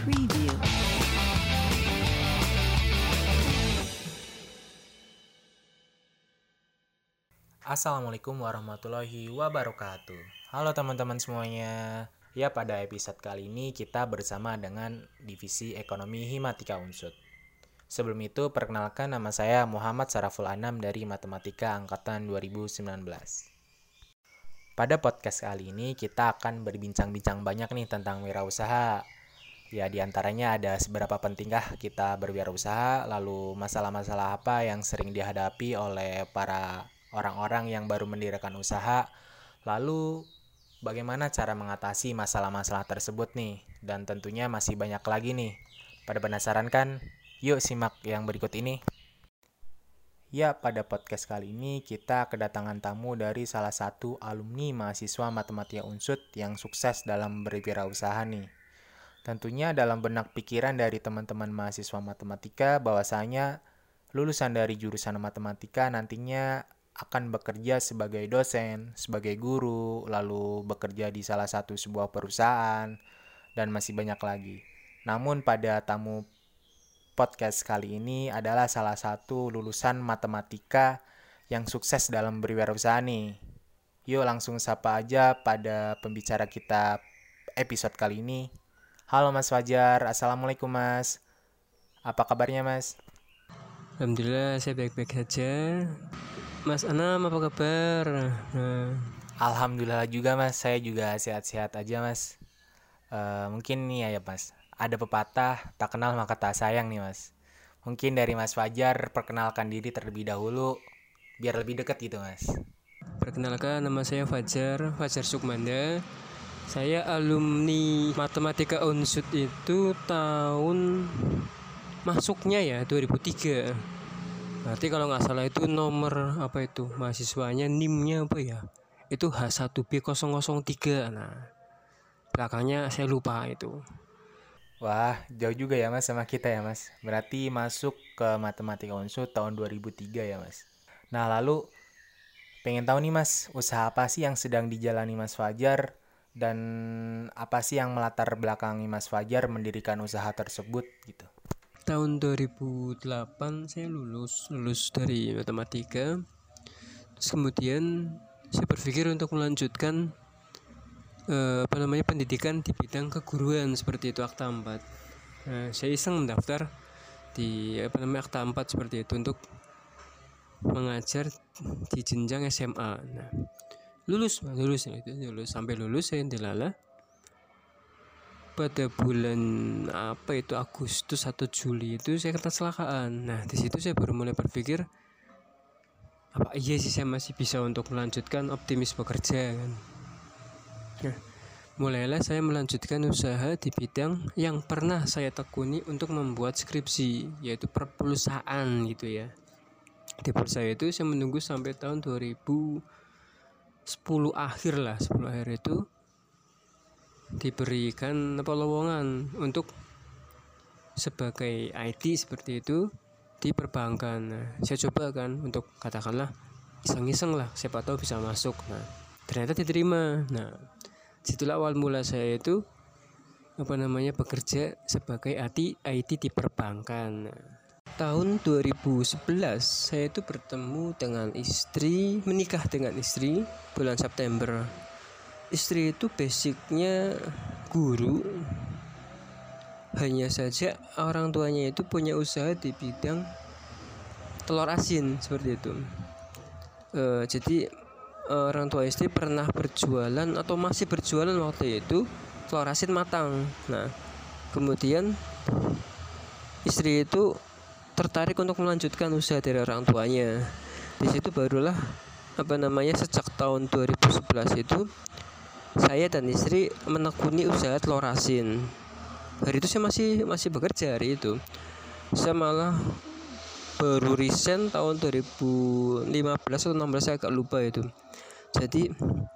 Preview. Assalamualaikum warahmatullahi wabarakatuh. Halo teman-teman semuanya. Ya, pada episode kali ini kita bersama dengan Divisi Ekonomi Himatika Unsud. Sebelum itu, perkenalkan, nama saya Muhammad Saraful Anam dari Matematika Angkatan 2019. Pada podcast kali ini kita akan berbincang-bincang banyak nih tentang wirausaha. Ya, diantaranya ada seberapa pentingkah kita berwirausaha, lalu masalah-masalah apa yang sering dihadapi oleh para orang-orang yang baru mendirikan usaha, lalu bagaimana cara mengatasi masalah-masalah tersebut nih, dan tentunya masih banyak lagi nih. Pada penasaran kan? Yuk simak yang berikut ini. Ya, pada podcast kali ini kita kedatangan tamu dari salah satu alumni mahasiswa Matematika Unsud yang sukses dalam berwirausaha nih. Tentunya dalam benak pikiran dari teman-teman mahasiswa matematika bahwasanya lulusan dari jurusan matematika nantinya akan bekerja sebagai dosen, sebagai guru, lalu bekerja di salah satu sebuah perusahaan, dan masih banyak lagi. Namun pada tamu podcast kali ini adalah salah satu lulusan matematika yang sukses dalam berwirausaha nih. Yuk langsung sapa aja pada pembicara kita episode kali ini. Halo Mas Fajar, Assalamualaikum Mas. Apa kabarnya Mas? Alhamdulillah saya baik-baik saja. Mas Anam apa kabar? Alhamdulillah juga Mas, saya juga sehat-sehat aja Mas. Mungkin nih ya Mas, ada pepatah tak kenal maka tak sayang nih Mas. Mungkin dari Mas Fajar perkenalkan diri terlebih dahulu biar lebih dekat gitu Mas. Perkenalkan, nama saya Fajar Sukmanda. Saya alumni Matematika Unsud itu tahun masuknya ya 2003. Berarti kalau nggak salah itu nomor apa itu mahasiswanya NIM-nya apa ya? Itu H1B003. Nah, belakangnya saya lupa itu. Wah, jauh juga ya Mas sama kita ya Mas. Berarti masuk ke Matematika Unsud tahun 2003 ya Mas. Nah, lalu pengen tahu nih Mas, usaha apa sih yang sedang dijalani Mas Fajar dan apa sih yang melatar belakangi Mas Fajar mendirikan usaha tersebut gitu. Tahun 2008 saya lulus dari matematika. Terus kemudian saya berpikir untuk melanjutkan pendidikan di bidang keguruan seperti itu, akta 4. Saya iseng mendaftar di akta 4 seperti itu untuk mengajar di jenjang SMA. Nah, lulus sampai lulus saya dilala pada bulan Agustus atau Juli itu saya kena kecelakaan. Nah, di situ saya baru mulai berpikir apa iya sih saya masih bisa untuk melanjutkan, optimis bekerja kan. Nah, mulailah saya melanjutkan usaha di bidang yang pernah saya tekuni untuk membuat skripsi, yaitu perpulsaan gitu ya. Di pulsa itu saya menunggu sampai tahun 2010 akhir itu diberikan lowongan untuk sebagai IT seperti itu di perbankan. Nah, saya coba kan untuk katakanlah iseng-iseng lah, siapa tahu bisa masuk. Nah, ternyata diterima. Nah, situlah awal mula saya itu bekerja sebagai IT di perbankan. Nah, tahun 2011 saya itu menikah dengan istri bulan September. Istri itu basicnya guru, hanya saja orang tuanya itu punya usaha di bidang telur asin seperti itu. Jadi orang tua istri pernah berjualan atau masih berjualan waktu itu telur asin matang. Nah, kemudian istri itu tertarik untuk melanjutkan usaha dari orang tuanya. Di situ barulah sejak tahun 2011 itu saya dan istri menekuni usaha telur asin. Hari itu saya masih bekerja hari itu. Saya malah baru resign tahun 2015 atau 16, saya agak lupa itu. Jadi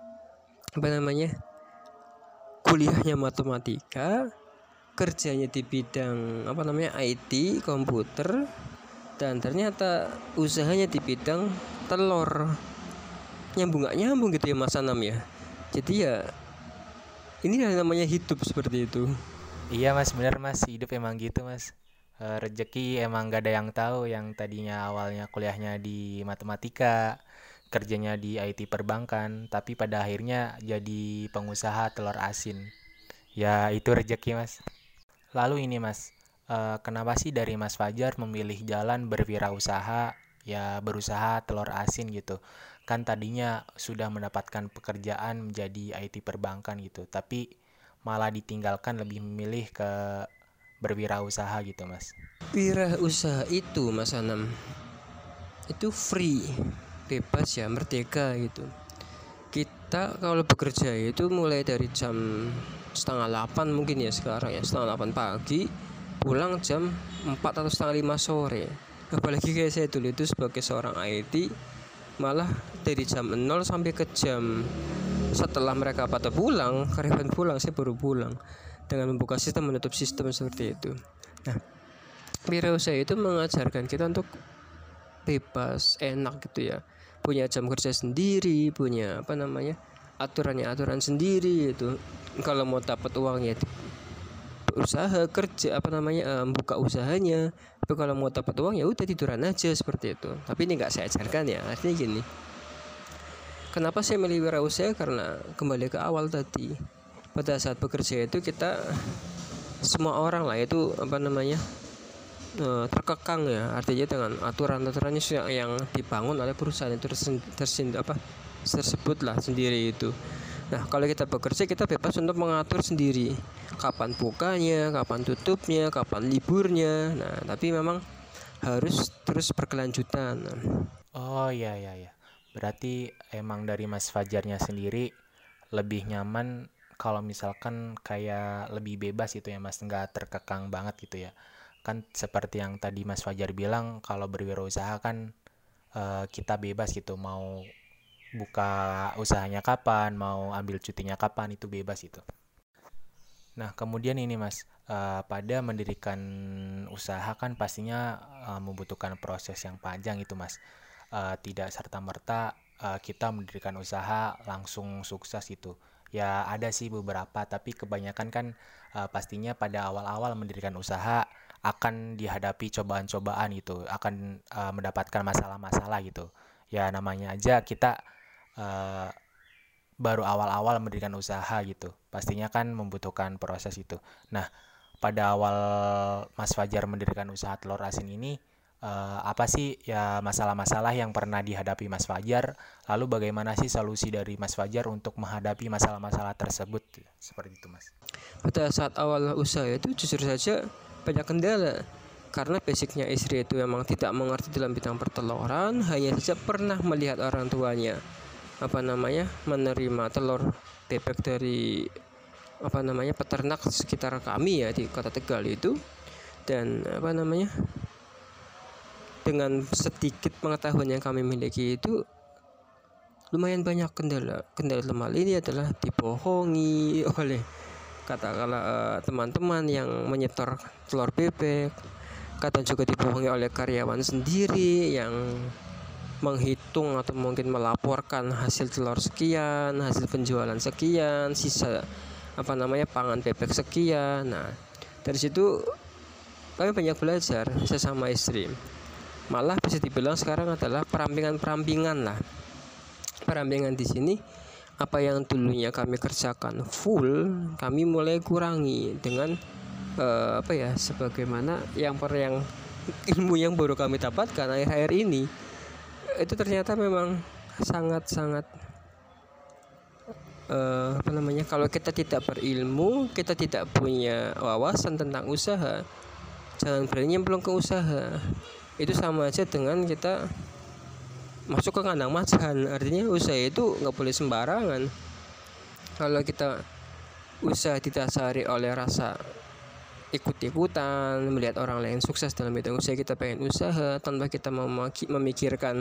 kuliahnya matematika, kerjanya di bidang IT komputer, dan ternyata usahanya di bidang telur. Nyambung gak nyambung gitu ya Mas Anam ya. Jadi ya ini namanya hidup seperti itu. Iya mas, bener mas, hidup emang gitu mas. Rezeki emang gak ada yang tahu, yang tadinya awalnya kuliahnya di matematika, kerjanya di IT perbankan, tapi pada akhirnya jadi pengusaha telur asin. Ya itu rezeki mas. Lalu ini mas, kenapa sih dari Mas Fajar memilih jalan berwirausaha, ya berusaha telur asin gitu? Kan tadinya sudah mendapatkan pekerjaan menjadi IT perbankan gitu, tapi malah ditinggalkan lebih memilih ke berwirausaha gitu mas. Wirausaha itu Mas Anam itu free, bebas ya, merdeka gitu. Kita kalau bekerja itu mulai dari jam setengah 8 mungkin ya, sekarang ya setengah 8 pagi, pulang jam 4 atau setengah 5 sore. Apalagi kayak saya dulu itu sebagai seorang IT, malah dari jam 0 sampai ke jam setelah mereka pada pulang, karyawan pulang, saya baru pulang dengan membuka sistem, menutup sistem seperti itu. Nah, wirausaha itu mengajarkan kita untuk bebas, enak gitu ya, punya jam kerja sendiri, punya aturan sendiri itu. Kalau mau dapat uangnya usaha kerja buka usahanya, tapi kalau mau dapat uang ya udah tiduran aja seperti itu. Tapi ini nggak saya ajarkan ya, artinya gini, kenapa saya milih wirausaha, karena kembali ke awal tadi, pada saat bekerja itu kita semua orang lah itu terkekang ya, artinya dengan aturan-aturannya yang dibangun oleh perusahaan itu tersebut lah sendiri itu. Nah, kalau kita bekerja kita bebas untuk mengatur sendiri kapan bukanya, kapan tutupnya, kapan liburnya. Nah, tapi memang harus terus berkelanjutan. Oh iya iya iya. Berarti emang dari Mas Fajarnya sendiri lebih nyaman kalau misalkan kayak lebih bebas gitu ya Mas, nggak terkekang banget gitu ya. Kan seperti yang tadi Mas Fajar bilang, kalau berwirausaha kan kita bebas gitu, mau buka usahanya kapan, mau ambil cutinya kapan, itu bebas itu. Nah, kemudian ini Mas, pada mendirikan usaha kan pastinya membutuhkan proses yang panjang itu Mas. Tidak serta-merta kita mendirikan usaha langsung sukses itu. Ya ada sih beberapa, tapi kebanyakan kan pastinya pada awal-awal mendirikan usaha akan dihadapi cobaan-cobaan gitu, akan mendapatkan masalah-masalah gitu. Ya namanya aja kita eh, baru awal-awal mendirikan usaha gitu. Pastinya kan membutuhkan proses itu. Nah, pada awal Mas Fajar mendirikan usaha telur asin ini, apa sih ya masalah-masalah yang pernah dihadapi Mas Fajar? Lalu bagaimana sih solusi dari Mas Fajar untuk menghadapi masalah-masalah tersebut? Seperti itu, Mas. Pada saat awal usaha itu jujur saja banyak kendala, karena basicnya istri itu memang tidak mengerti dalam bidang perteloran, hanya saja pernah melihat orang tuanya menerima telur bebek dari peternak sekitar kami ya di kota Tegal itu. Dan dengan sedikit pengetahuan yang kami miliki itu lumayan banyak kendala. Kendala dalam ini adalah dibohongi oleh katakanlah teman-teman yang menyetor telur bebek, kadang juga dibohongi oleh karyawan sendiri yang menghitung atau mungkin melaporkan hasil telur sekian, hasil penjualan sekian, sisa pangan bebek sekian. Nah, dari situ kami banyak belajar sesama istri. Malah bisa dibilang sekarang adalah perampingan lah. Perampingan di sini, apa yang dulunya kami kerjakan full, kami mulai kurangi dengan sebagaimana yang ilmu yang baru kami dapatkan akhir-akhir ini. Itu ternyata memang sangat-sangat kalau kita tidak berilmu, kita tidak punya wawasan tentang usaha, jangan berani nyemplung ke usaha. Itu sama aja dengan kita masuk ke kandang macan. Artinya usaha itu nggak boleh sembarangan. Kalau kita usaha didasari oleh rasa ikut-ikutan, melihat orang lain sukses dalam bidang usaha, kita pengen usaha tanpa kita memikirkan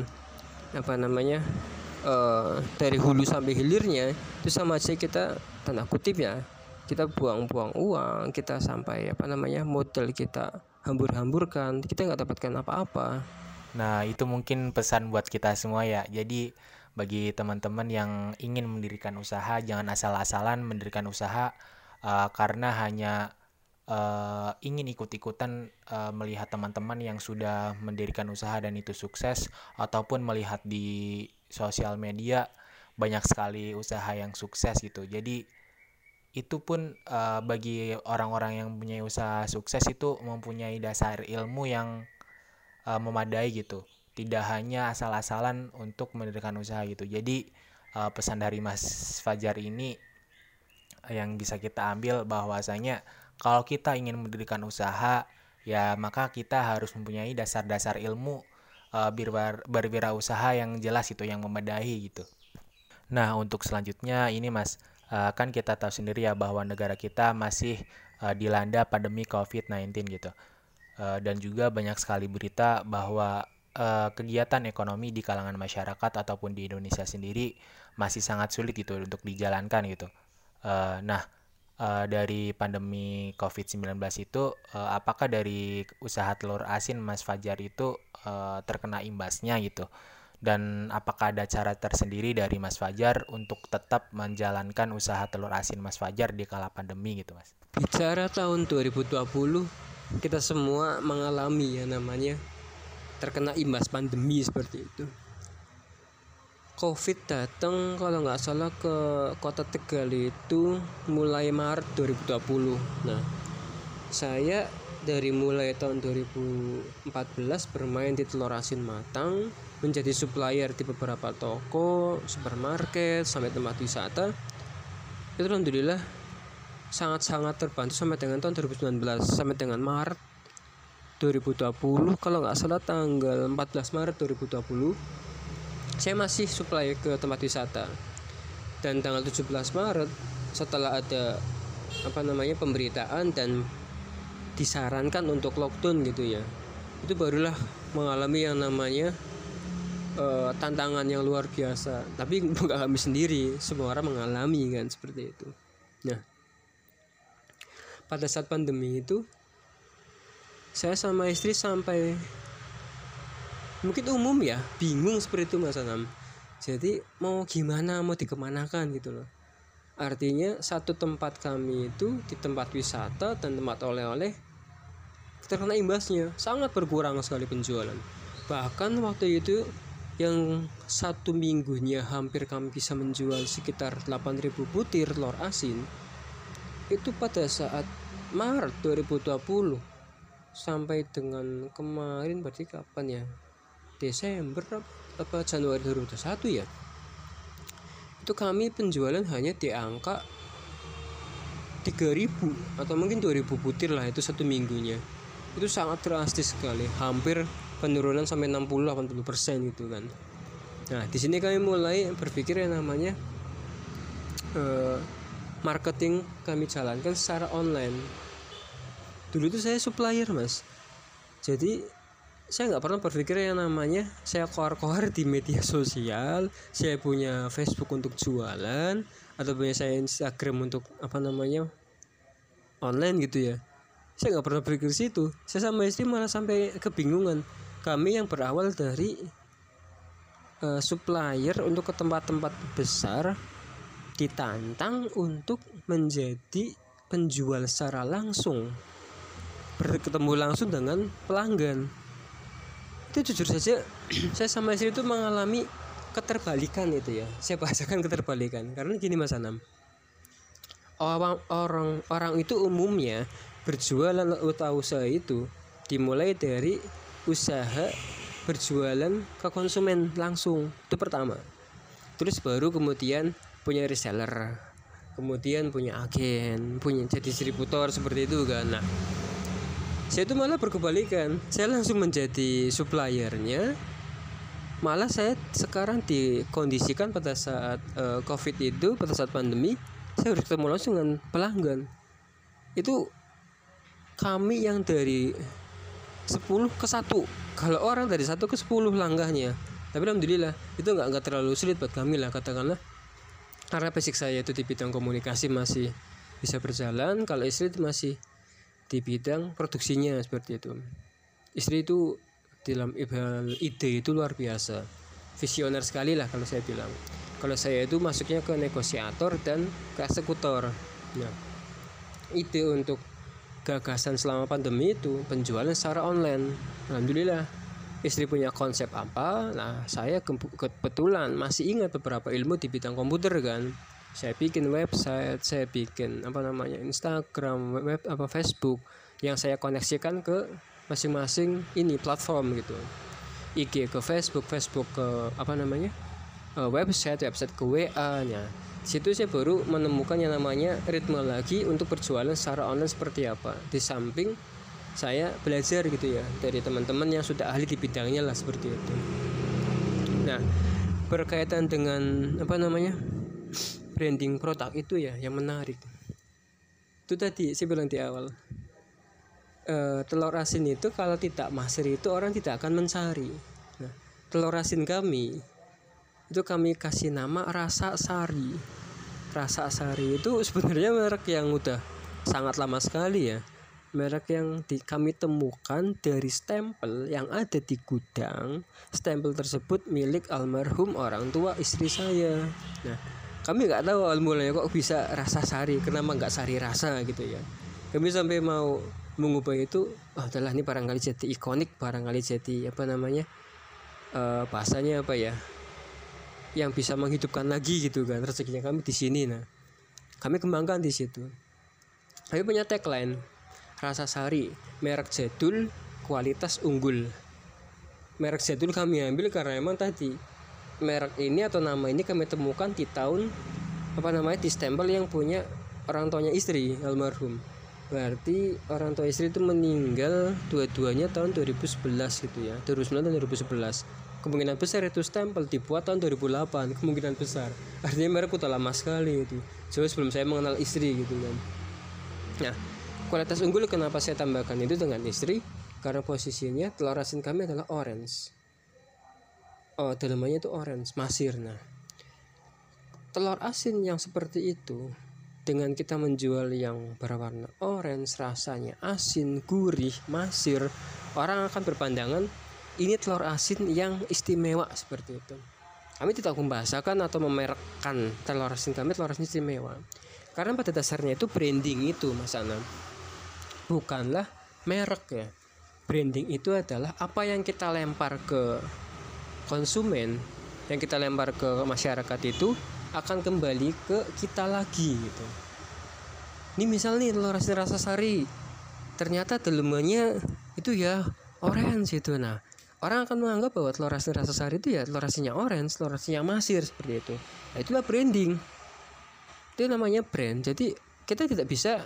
dari hulu sampai hilirnya, itu sama aja kita, tanda kutip ya, kita buang-buang uang kita, sampai modal kita hambur-hamburkan, kita nggak dapatkan apa-apa. Nah, itu mungkin pesan buat kita semua ya. Jadi bagi teman-teman yang ingin mendirikan usaha, jangan asal-asalan mendirikan usaha karena hanya ingin ikut-ikutan melihat teman-teman yang sudah mendirikan usaha dan itu sukses, ataupun melihat di sosial media banyak sekali usaha yang sukses gitu. Jadi itu pun bagi orang-orang yang punya usaha sukses itu mempunyai dasar ilmu yang memadai gitu. Tidak hanya asal-asalan untuk mendirikan usaha gitu. Jadi pesan dari Mas Fajar ini yang bisa kita ambil bahwasanya kalau kita ingin mendirikan usaha, ya maka kita harus mempunyai dasar-dasar ilmu berwirausaha yang jelas itu, yang memadai gitu. Nah, untuk selanjutnya ini Mas, kan kita tahu sendiri ya bahwa negara kita masih dilanda pandemi COVID-19 gitu. Dan juga banyak sekali berita bahwa kegiatan ekonomi di kalangan masyarakat ataupun di Indonesia sendiri masih sangat sulit gitu untuk dijalankan gitu. Nah, dari pandemi COVID-19 itu, apakah dari usaha telur asin Mas Fajar itu terkena imbasnya gitu? Dan apakah ada cara tersendiri dari Mas Fajar untuk tetap menjalankan usaha telur asin Mas Fajar di kala pandemi gitu, Mas? Bicara tahun 2020, kita semua mengalami yang namanya terkena imbas pandemi seperti itu. Covid datang kalau nggak salah ke kota Tegal itu mulai Maret 2020. Nah, saya dari mulai tahun 2014 bermain di telur asin matang, menjadi supplier di beberapa toko, supermarket, sampai tempat wisata. Itu alhamdulillah sangat-sangat terbantu sampai dengan tahun 2019, sampai dengan Maret 2020, kalau nggak salah tanggal 14 Maret 2020 saya masih supply ke tempat wisata. Dan tanggal 17 Maret setelah ada pemberitaan dan disarankan untuk lockdown gitu ya, itu barulah mengalami yang namanya tantangan yang luar biasa. Tapi bukan kami sendiri, semua orang mengalami kan seperti itu. Nah, pada saat pandemi itu saya sama istri sampai mungkin umum ya bingung seperti itu Mas Anam. Jadi mau gimana, mau dikemanakan gitu loh. Artinya satu tempat kami itu di tempat wisata dan tempat oleh-oleh terkena imbasnya, sangat berkurang sekali penjualan. Bahkan waktu itu yang satu minggunya hampir kami bisa menjual sekitar 8.000 butir telur asin, itu pada saat Maret 2020 sampai dengan kemarin, berarti kapan ya, Desember apa Januari 2021 ya, itu kami penjualan hanya di angka 3.000 atau mungkin 2.000 butir lah itu satu minggunya. Itu sangat drastis sekali, hampir penurunan sampai 60-80% gitu kan. Nah, di sini kami mulai berpikir yang namanya marketing kami jalankan secara online. Dulu itu saya supplier Mas, jadi saya nggak pernah berpikir yang namanya saya koar-koar di media sosial, saya punya Facebook untuk jualan, atau punya saya Instagram untuk online gitu ya. Saya nggak pernah berpikir situ. Saya sama istri malah sampai kebingungan. Kami yang berawal dari supplier untuk ke tempat-tempat besar ditantang untuk menjadi penjual secara langsung, bertemu langsung dengan pelanggan. Itu jujur saja saya sama istri itu mengalami keterbalikan itu ya. Saya bahasakan keterbalikan karena gini Mas Anam, orang itu umumnya berjualan atau usaha itu dimulai dari usaha berjualan ke konsumen langsung, itu pertama. Terus baru kemudian punya reseller, kemudian punya agen, punya jadi distributor seperti itu kan. Nah, saya itu malah berkebalikan, saya langsung menjadi suppliernya. Malah saya sekarang dikondisikan pada saat COVID itu, pada saat pandemi, saya harus ketemu langsung dengan pelanggan. Itu kami yang dari 10 ke 1, kalau orang dari 1 ke 10 langkahnya. Tapi alhamdulillah itu nggak terlalu sulit buat kami lah, katakanlah, karena basic saya itu di bidang komunikasi masih bisa berjalan. Kalau istri itu masih di bidang produksinya seperti itu. Istri itu dalam ide itu luar biasa, visioner sekali lah kalau saya bilang. Kalau saya itu masuknya ke negosiator dan ke eksekutor. Nah, ide untuk gagasan selama pandemi itu penjualan secara online. Alhamdulillah, istri punya konsep apa, nah saya kebetulan masih ingat beberapa ilmu di bidang komputer kan. Saya bikin website, saya bikin Instagram, Facebook yang saya koneksikan ke masing-masing ini platform gitu. IG ke Facebook, Facebook ke website ke WA-nya. Situ saya baru menemukan yang namanya ritme lagi untuk berjualan secara online seperti apa. Di samping saya belajar gitu ya dari teman-teman yang sudah ahli di bidangnya lah seperti itu. Nah, berkaitan dengan branding produk itu ya yang menarik. Itu tadi saya bilang di awal. Telur asin itu kalau tidak masir itu orang tidak akan mencari. Nah, telur asin kami itu kami kasih nama Rasa Sari. Rasa Sari itu sebenarnya merek yang udah sangat lama sekali ya. Merek yang kami temukan dari stempel yang ada di gudang. Stempel tersebut milik almarhum orang tua istri saya. Nah, kami nggak tahu awal mulanya kok bisa Rasa Sari, kenapa nggak Sari Rasa gitu ya. Kami sampai mau mengubah itu, adalah ini barangkali jadi ikonik, barangkali jadi bahasanya apa ya, yang bisa menghidupkan lagi gitu kan, rezekinya kami di sini. Nah, kami kembangkan di situ. Kami punya tagline Rasa Sari, merek jadul, kualitas unggul. Merek jadul kami ambil karena emang tadi merek ini atau nama ini kami temukan di tahun di stempel yang punya orang tuanya istri almarhum. Berarti orang tua istri itu meninggal dua-duanya tahun 2011 gitu ya, 2009 dan 2011. Kemungkinan besar itu stempel dibuat tahun 2008, kemungkinan besar. Artinya merek udah lama sekali itu, jauh sebelum saya mengenal istri gitu kan. Nah, kualitas unggul kenapa saya tambahkan itu dengan istri? Karena posisinya telur asin kami adalah orange. Dalamannya itu orange, masir. Nah, telur asin yang seperti itu dengan kita menjual yang berwarna orange, rasanya asin, gurih, masir, orang akan berpandangan ini telur asin yang istimewa seperti itu. Kami tidak membahasakan atau memerekkan telur asin kami telur asin istimewa. Karena pada dasarnya itu branding itu Mas Anam, bukanlah merek ya. Branding itu adalah apa yang kita lempar ke konsumen, yang kita lempar ke masyarakat itu akan kembali ke kita lagi gitu. Ini misal nih telur asin Rasa Sari, ternyata dalamannya itu ya orange itu. Nah, orang akan menganggap bahwa telur asin Rasa Sari itu ya telur asinnya orange, telur asinnya masir seperti itu. Nah, itulah branding. Itu namanya brand. Jadi kita tidak bisa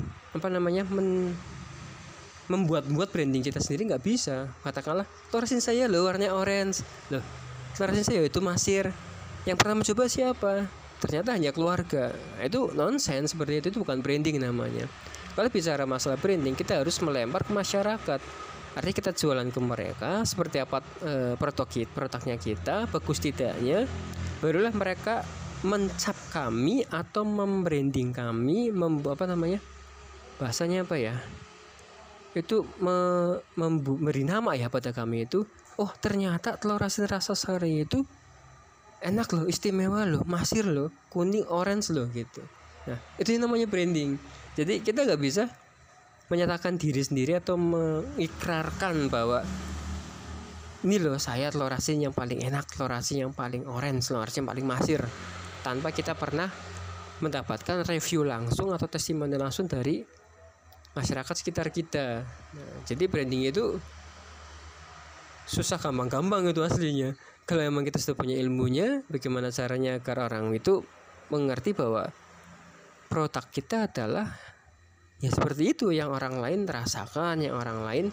membuat branding kita sendiri, nggak bisa. Katakanlah telur asin saya loh warnanya orange, loh telur asin saya itu masir. Yang pernah mencoba siapa? Ternyata hanya keluarga. Nah, itu nonsense seperti itu bukan branding namanya. Kalau bicara masalah branding, kita harus melempar ke masyarakat. Artinya kita jualan ke mereka seperti apa produknya kita, bagus tidaknya. Barulah mereka mencap kami atau membranding kami, bahasanya apa ya? Itu memberi nama ya pada kami itu. Oh, ternyata telur asin Rasa Sari itu enak loh, istimewa loh, masir loh, kuning, orange loh gitu. Nah, itu namanya branding. Jadi kita nggak bisa menyatakan diri sendiri atau mengikrarkan bahwa ini loh saya telur asin yang paling enak, telur asin yang paling orange, telur asin yang paling masir, tanpa kita pernah mendapatkan review langsung atau testimoni langsung dari masyarakat sekitar kita. Nah, jadi branding itu susah gampang-gampang itu aslinya. Kalau emang kita sudah punya ilmunya, bagaimana caranya agar orang itu mengerti bahwa produk kita adalah ya seperti itu yang orang lain rasakan, yang orang lain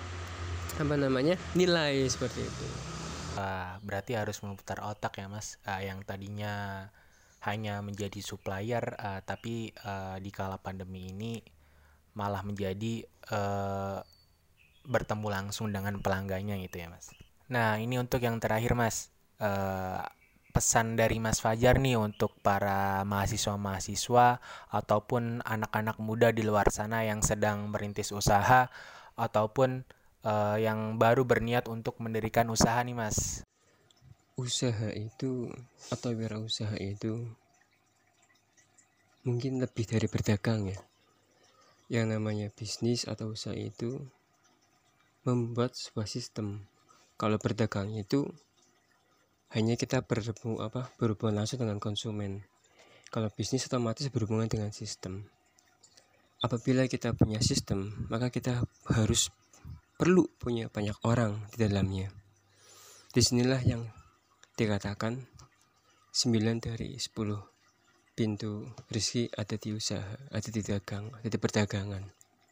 nilai seperti itu. Berarti harus memutar otak ya Mas, yang tadinya hanya menjadi supplier, tapi di kala pandemi ini malah menjadi bertemu langsung dengan pelanggannya gitu ya Mas. Nah, ini untuk yang terakhir Mas, pesan dari Mas Fajar nih untuk para mahasiswa-mahasiswa ataupun anak-anak muda di luar sana yang sedang merintis usaha ataupun yang baru berniat untuk mendirikan usaha nih Mas. Usaha itu atau wirausaha itu mungkin lebih dari berdagang ya. Yang namanya bisnis atau usaha itu membuat sebuah sistem. Kalau berdagang itu hanya kita berhubungan langsung dengan konsumen. Kalau bisnis otomatis berhubungan dengan sistem. Apabila kita punya sistem, maka kita harus perlu punya banyak orang di dalamnya. Disinilah yang dikatakan 9 dari 10 pintu rezeki ada di usaha, ada di perdagangan.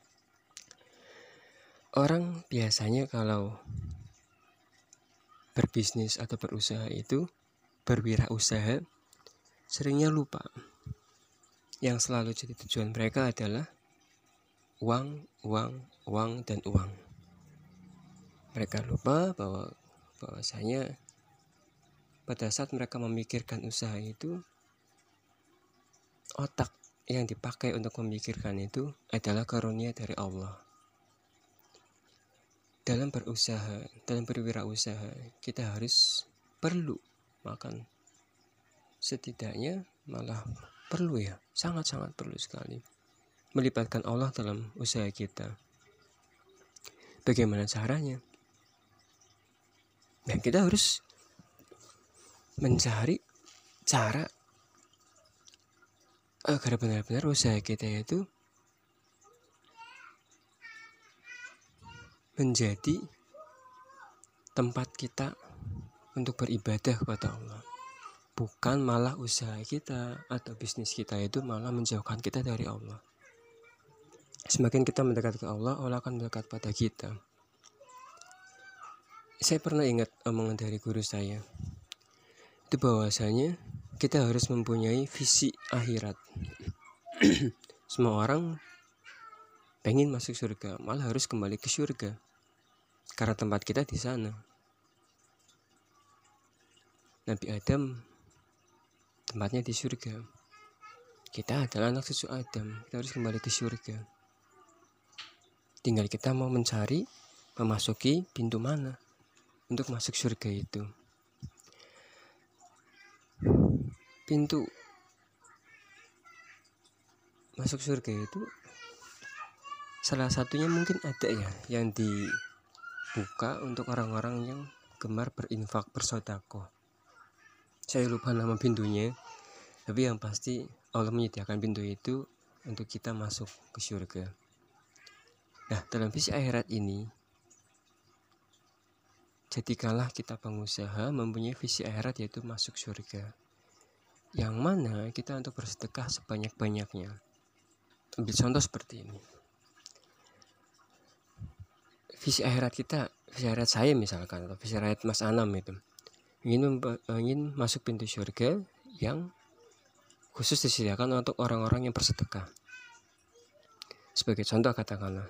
Orang biasanya kalau berbisnis atau berusaha itu, berwirausaha, seringnya lupa. Yang selalu jadi tujuan mereka adalah uang, dan uang. Mereka lupa bahwasanya pada saat mereka memikirkan usaha itu, otak yang dipakai untuk memikirkan itu adalah karunia dari Allah. Dalam berusaha, dalam berwirausaha, kita harus perlu makan. Setidaknya malah perlu ya, sangat-sangat perlu sekali melibatkan Allah dalam usaha kita. Bagaimana caranya? Dan kita harus mencari cara agar benar-benar usaha kita itu menjadi tempat kita untuk beribadah kepada Allah. Bukan malah usaha kita atau bisnis kita itu malah menjauhkan kita dari Allah. Semakin kita mendekat ke Allah, Allah akan mendekat pada kita. Saya pernah ingat omongan dari guru saya. Itu bahwasanya kita harus mempunyai visi akhirat. Semua orang pengen masuk surga, malah harus kembali ke surga. Karena tempat kita di sana. Nabi Adam tempatnya di surga. Kita adalah anak cucu Adam, kita harus kembali ke surga. Tinggal kita mau mencari, memasuki pintu mana untuk masuk surga itu. Pintu masuk surga itu salah satunya mungkin ada ya yang dibuka untuk orang-orang yang gemar berinfak, bersedekah. Saya lupa nama pintunya, tapi yang pasti Allah menyediakan pintu itu untuk kita masuk ke surga. Nah, dalam visi akhirat ini, jadikanlah kita pengusaha mempunyai visi akhirat yaitu masuk surga. Yang mana kita untuk bersedekah sebanyak-banyaknya. Ambil contoh seperti ini. Visi akhirat kita, visi akhirat saya misalkan, atau visi akhirat Mas Anam itu, ingin masuk pintu surga yang khusus disediakan untuk orang-orang yang bersedekah. Sebagai contoh katakanlah,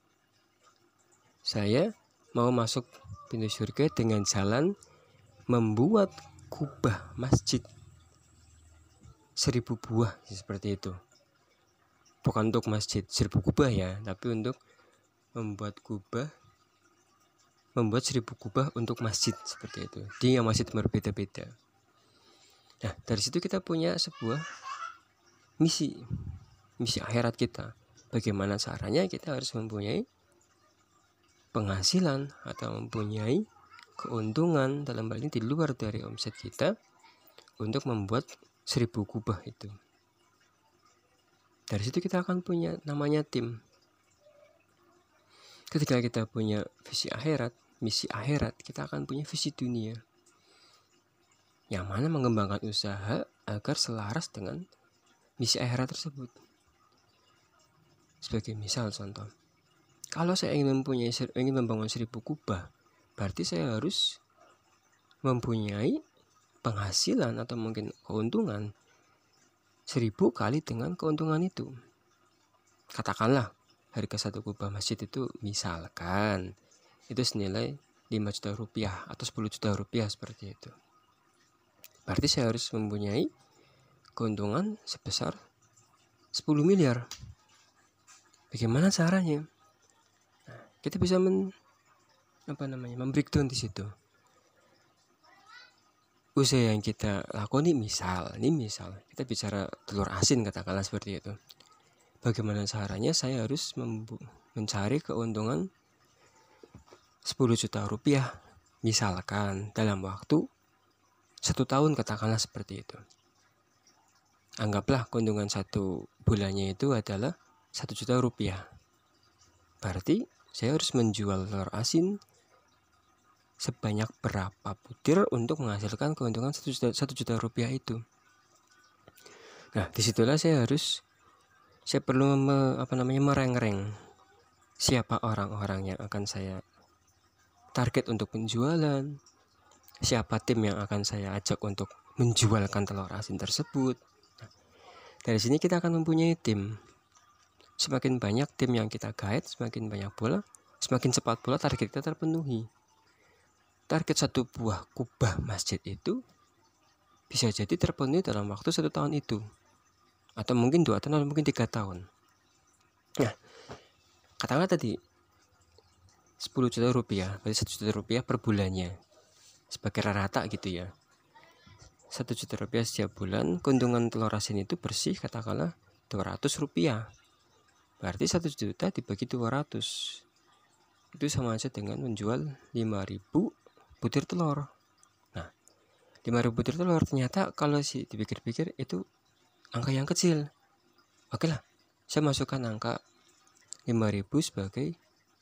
saya mau masuk pintu surga dengan jalan membuat kubah masjid 1000 buah seperti itu. Bukan untuk masjid 1000 kubah ya, tapi untuk membuat 1000 kubah untuk masjid seperti itu. Di masjid berbeda-beda. Nah, dari situ kita punya sebuah misi akhirat kita. Bagaimana caranya kita harus mempunyai penghasilan atau mempunyai keuntungan dalam hal ini di luar dari omset kita untuk membuat 1000 kubah itu. Dari situ kita akan punya namanya tim. Ketika kita punya visi akhirat, misi akhirat, kita akan punya visi dunia. Yang mana mengembangkan usaha agar selaras dengan misi akhirat tersebut. Sebagai misal contoh, kalau saya ingin membangun 1000 kubah, berarti saya harus mempunyai penghasilan atau mungkin keuntungan 1000 kali dengan keuntungan itu. Katakanlah harga 1 kubah masjid itu misalkan itu senilai 5 juta rupiah atau 10 juta rupiah seperti itu. Berarti saya harus mempunyai keuntungan sebesar 10 miliar. Bagaimana caranya? Nah, kita bisa membreakdown di situ. Usaha yang kita lakoni misal kita bicara telur asin katakanlah seperti itu. bagaimana caranya saya harus mencari keuntungan 10 juta rupiah misalkan dalam waktu 1 tahun, katakanlah seperti itu. Anggaplah keuntungan 1 bulannya itu adalah 1 juta rupiah. Berarti saya harus menjual telur asin sebanyak berapa butir untuk menghasilkan keuntungan 1 juta rupiah itu. Nah, disitulah saya perlu mereng-reng siapa orang-orang yang akan saya target untuk penjualan, siapa tim yang akan saya ajak untuk menjualkan telur asin tersebut. Nah, dari sini kita akan mempunyai tim. Semakin banyak tim yang kita guide, semakin banyak bola, semakin cepat bola target kita terpenuhi. Target 1 buah kubah masjid itu bisa jadi terpenuhi dalam waktu 1 tahun itu, atau mungkin 2 tahun, atau mungkin 3 tahun. Nah, katakanlah tadi 10 juta rupiah, berarti 1 juta rupiah per bulannya, sebagai rata gitu ya. 1 juta rupiah setiap bulan, keuntungan telur asin itu bersih katakanlah 200 rupiah. Berarti 1 juta dibagi 200, itu sama aja dengan menjual 5.000 butir telur. Nah, 5.000 butir telur ternyata kalau dipikir-pikir itu angka yang kecil. Oke lah, saya masukkan angka 5.000 sebagai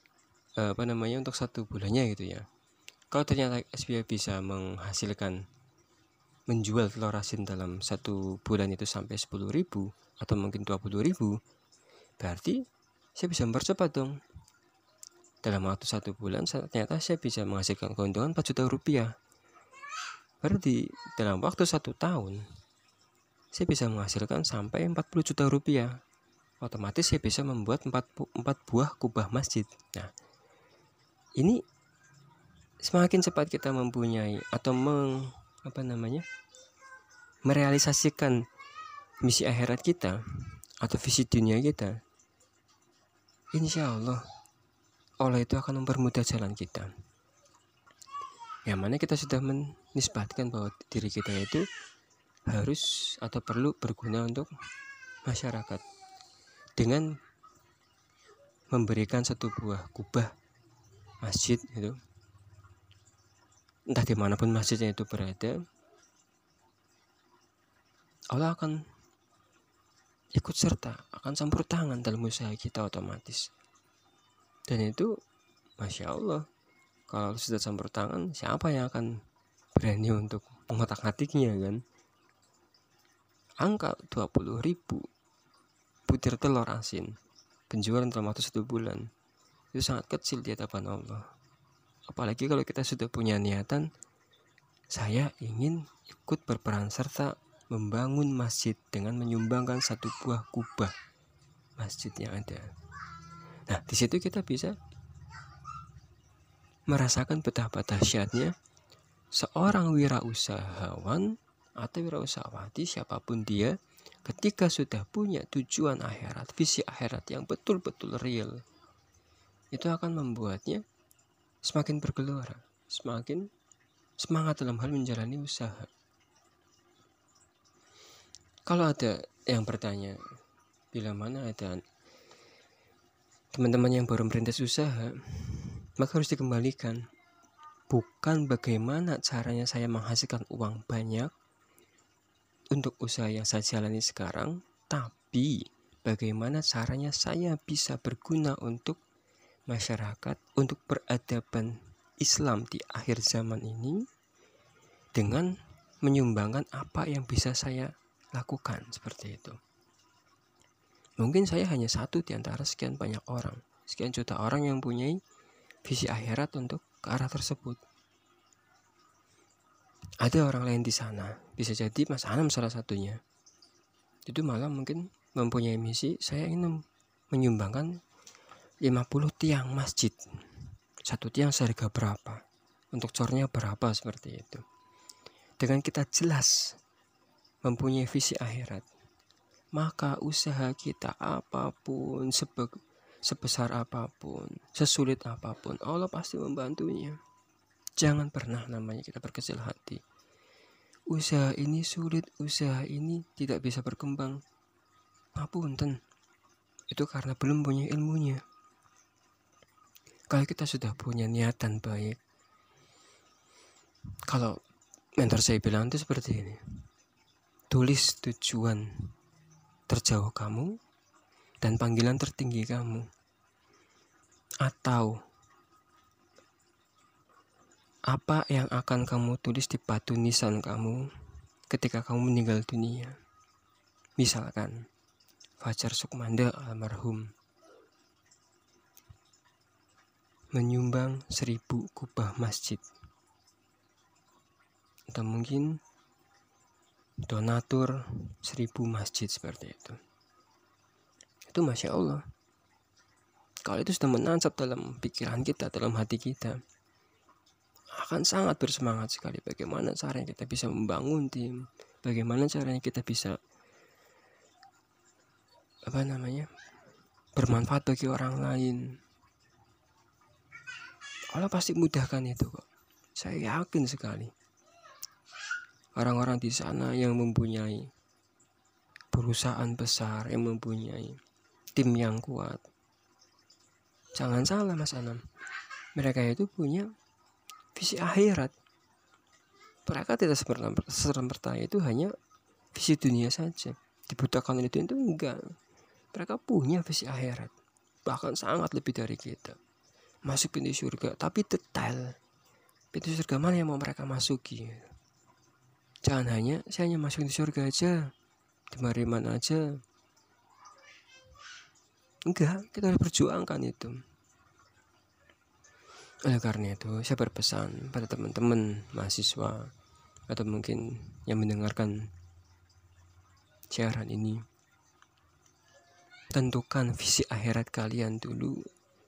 untuk 1 bulannya gitu ya. Kalau ternyata SBY bisa menghasilkan menjual telur asin dalam 1 bulan itu sampai 10.000 atau mungkin 20.000, berarti saya bisa mempercepat dong. Dalam waktu 1 bulan ternyata saya bisa menghasilkan keuntungan 4 juta rupiah. Berarti dalam waktu 1 tahun saya bisa menghasilkan sampai 40 juta rupiah. Otomatis saya bisa membuat 4 buah kubah masjid. Nah, ini semakin cepat kita mempunyai atau merealisasikan misi akhirat kita atau visi dunia kita, insya Allah itu akan mempermudah jalan kita. Yang mana kita sudah menisbatkan bahwa diri kita itu harus atau perlu berguna untuk masyarakat dengan memberikan 1 buah kubah masjid itu, entah dimanapun masjidnya itu berada, Allah akan ikut serta, akan campur tangan dalam usaha kita otomatis. Dan itu Masya Allah, kalau sudah campur tangan, siapa yang akan berani untuk mengotak-atiknya kan? Angka 20.000 butir telur asin penjualan dalam waktu 1 bulan itu sangat kecil di hadapan Allah. Apalagi kalau kita sudah punya niatan, saya ingin ikut berperan serta membangun masjid dengan menyumbangkan 1 buah kubah masjid yang ada. Nah, di situ kita bisa merasakan betapa dahsyatnya seorang wirausahawan atau wirausahawati siapapun dia, ketika sudah punya tujuan akhirat, visi akhirat yang betul-betul real, itu akan membuatnya semakin bergelora, semakin semangat dalam hal menjalani usaha. Kalau ada yang bertanya, bila mana ada teman-teman yang baru merintis usaha, maka harus dikembalikan. Bukan bagaimana caranya saya menghasilkan uang banyak untuk usaha yang saya jalani sekarang, tapi bagaimana caranya saya bisa berguna untuk masyarakat, untuk peradaban Islam di akhir zaman ini dengan menyumbangkan apa yang bisa saya lakukan, seperti itu. Mungkin saya hanya 1 di antara sekian banyak orang, sekian juta orang yang punya visi akhirat untuk ke arah tersebut. Ada orang lain di sana, bisa jadi Mas Anam salah satunya, itu malah mungkin mempunyai misi, saya ingin menyumbangkan 50 tiang masjid. 1 tiang seharga berapa, untuk cornya berapa, seperti itu. Dengan kita jelas mempunyai visi akhirat, maka usaha kita apapun, sebesar apapun, sesulit apapun, Allah pasti membantunya. Jangan pernah namanya kita berkecil hati. Usaha ini sulit, usaha ini tidak bisa berkembang. Ngapunten, itu karena belum punya ilmunya. Kalau kita sudah punya niatan baik, kalau mentor saya bilang itu seperti ini, tulis tujuan terjauh kamu dan panggilan tertinggi kamu, atau apa yang akan kamu tulis di batu nisan kamu ketika kamu meninggal dunia. Misalkan Fajar Sukmanda almarhum menyumbang 1000 kubah masjid, atau mungkin donatur 1000 masjid seperti itu. Itu Masya Allah. Kalau itu sudah menancap dalam pikiran kita, dalam hati kita, akan sangat bersemangat sekali bagaimana caranya kita bisa membangun tim, bagaimana caranya kita bisa bermanfaat bagi orang lain. Allah pasti mudahkan itu kok. Saya yakin sekali. Orang-orang di sana yang mempunyai perusahaan besar, yang mempunyai tim yang kuat. Jangan salah Mas Anam. Mereka itu punya visi akhirat. Mereka tidak serta-merta itu hanya visi dunia saja. Dibutakan oleh dunia itu enggak. Mereka punya visi akhirat. Bahkan sangat lebih dari kita. Masuk pintu surga, tapi detail. Pintu surga mana yang mau mereka masuki? Jangan hanya, saya hanya masuk pintu surga aja. Di mana aja. Enggak, kita harus perjuangkan itu. Oleh karena itu, saya berpesan pada teman-teman mahasiswa atau mungkin yang mendengarkan siaran ini, tentukan visi akhirat kalian dulu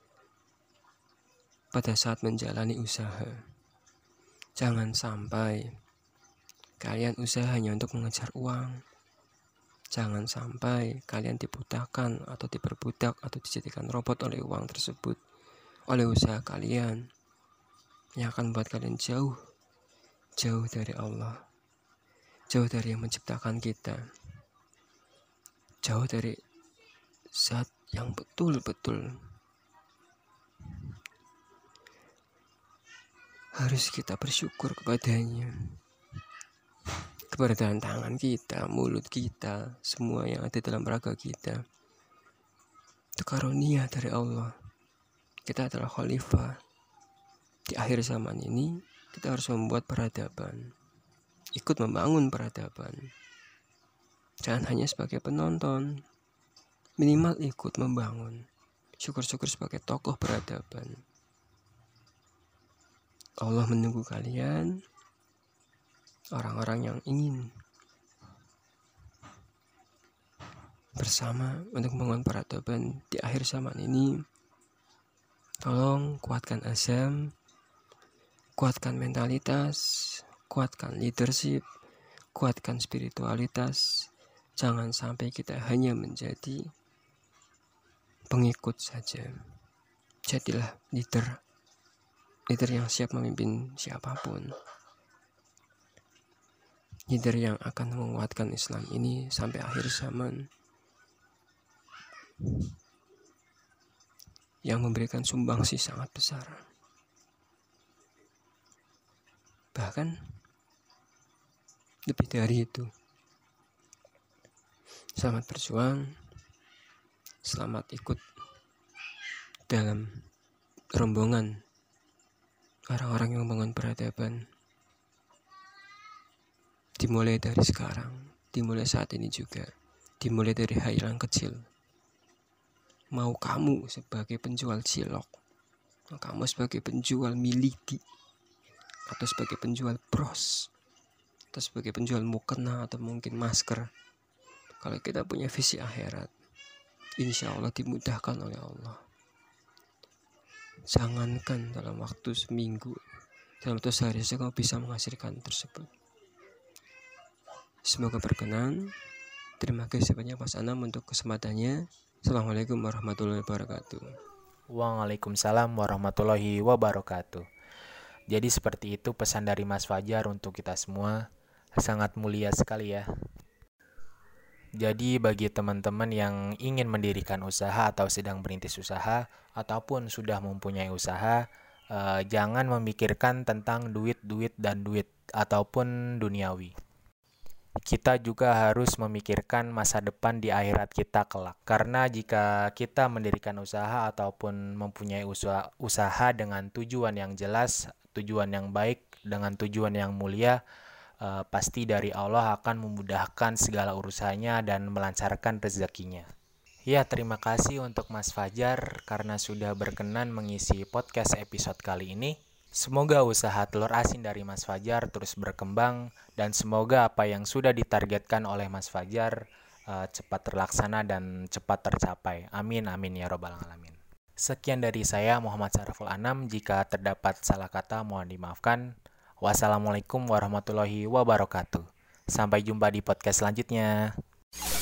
pada saat menjalani usaha. Jangan sampai kalian usaha hanya untuk mengejar uang. Jangan sampai kalian dibutakan atau diperbudak atau dijadikan robot oleh uang tersebut, oleh usaha kalian, yang akan membuat kalian jauh dari Allah, jauh dari yang menciptakan kita, jauh dari zat yang betul-betul harus kita bersyukur kepadanya, kepada tangan kita, mulut kita, semua yang ada dalam raga kita. Itu karunia dari Allah. Kita adalah khalifah. Di akhir zaman ini, kita harus membuat peradaban, ikut membangun peradaban. Jangan hanya sebagai penonton, minimal ikut membangun. Syukur-syukur sebagai tokoh peradaban. Allah menunggu kalian, orang-orang yang ingin bersama untuk membangun peradaban di akhir zaman ini. Tolong kuatkan azam, kuatkan mentalitas, kuatkan leadership, kuatkan spiritualitas. Jangan sampai kita hanya menjadi pengikut saja. Jadilah leader yang siap memimpin siapapun. Leader yang akan menguatkan Islam ini sampai akhir zaman. Yang memberikan sumbangsi sangat besar. Bahkan lebih dari itu. Selamat berjuang. Selamat ikut dalam rombongan orang-orang yang membangun peradaban. Dimulai dari sekarang, dimulai saat ini juga, dimulai dari hal yang kecil. Mau kamu sebagai penjual cilok, mau kamu sebagai penjual miliki, atau sebagai penjual bros, atau sebagai penjual mukena atau mungkin masker, kalau kita punya visi akhirat, insya Allah dimudahkan oleh Allah. Jangankan dalam waktu seminggu, dalam waktu sehari saja kamu bisa menghasilkan tersebut. Semoga berkenan. Terima kasih banyak Mas Anam untuk kesempatannya. Assalamualaikum warahmatullahi wabarakatuh. Waalaikumsalam warahmatullahi wabarakatuh. Jadi seperti itu pesan dari Mas Fajar untuk kita semua. Sangat mulia sekali ya. Jadi bagi teman-teman yang ingin mendirikan usaha atau sedang merintis usaha ataupun sudah mempunyai usaha, jangan memikirkan tentang duit ataupun duniawi. Kita juga harus memikirkan masa depan di akhirat kita kelak. Karena jika kita mendirikan usaha ataupun mempunyai usaha dengan tujuan yang jelas, tujuan yang baik, dengan tujuan yang mulia, pasti dari Allah akan memudahkan segala urusannya dan melancarkan rezekinya. Ya, terima kasih untuk Mas Fajar karena sudah berkenan mengisi podcast episode kali ini. Semoga usaha telur asin dari Mas Fajar terus berkembang dan semoga apa yang sudah ditargetkan oleh Mas Fajar cepat terlaksana dan cepat tercapai. Amin, amin ya robbal alamin. Sekian dari saya Muhammad Saraful Anam. Jika terdapat salah kata mohon dimaafkan. Wassalamualaikum warahmatullahi wabarakatuh. Sampai jumpa di podcast selanjutnya.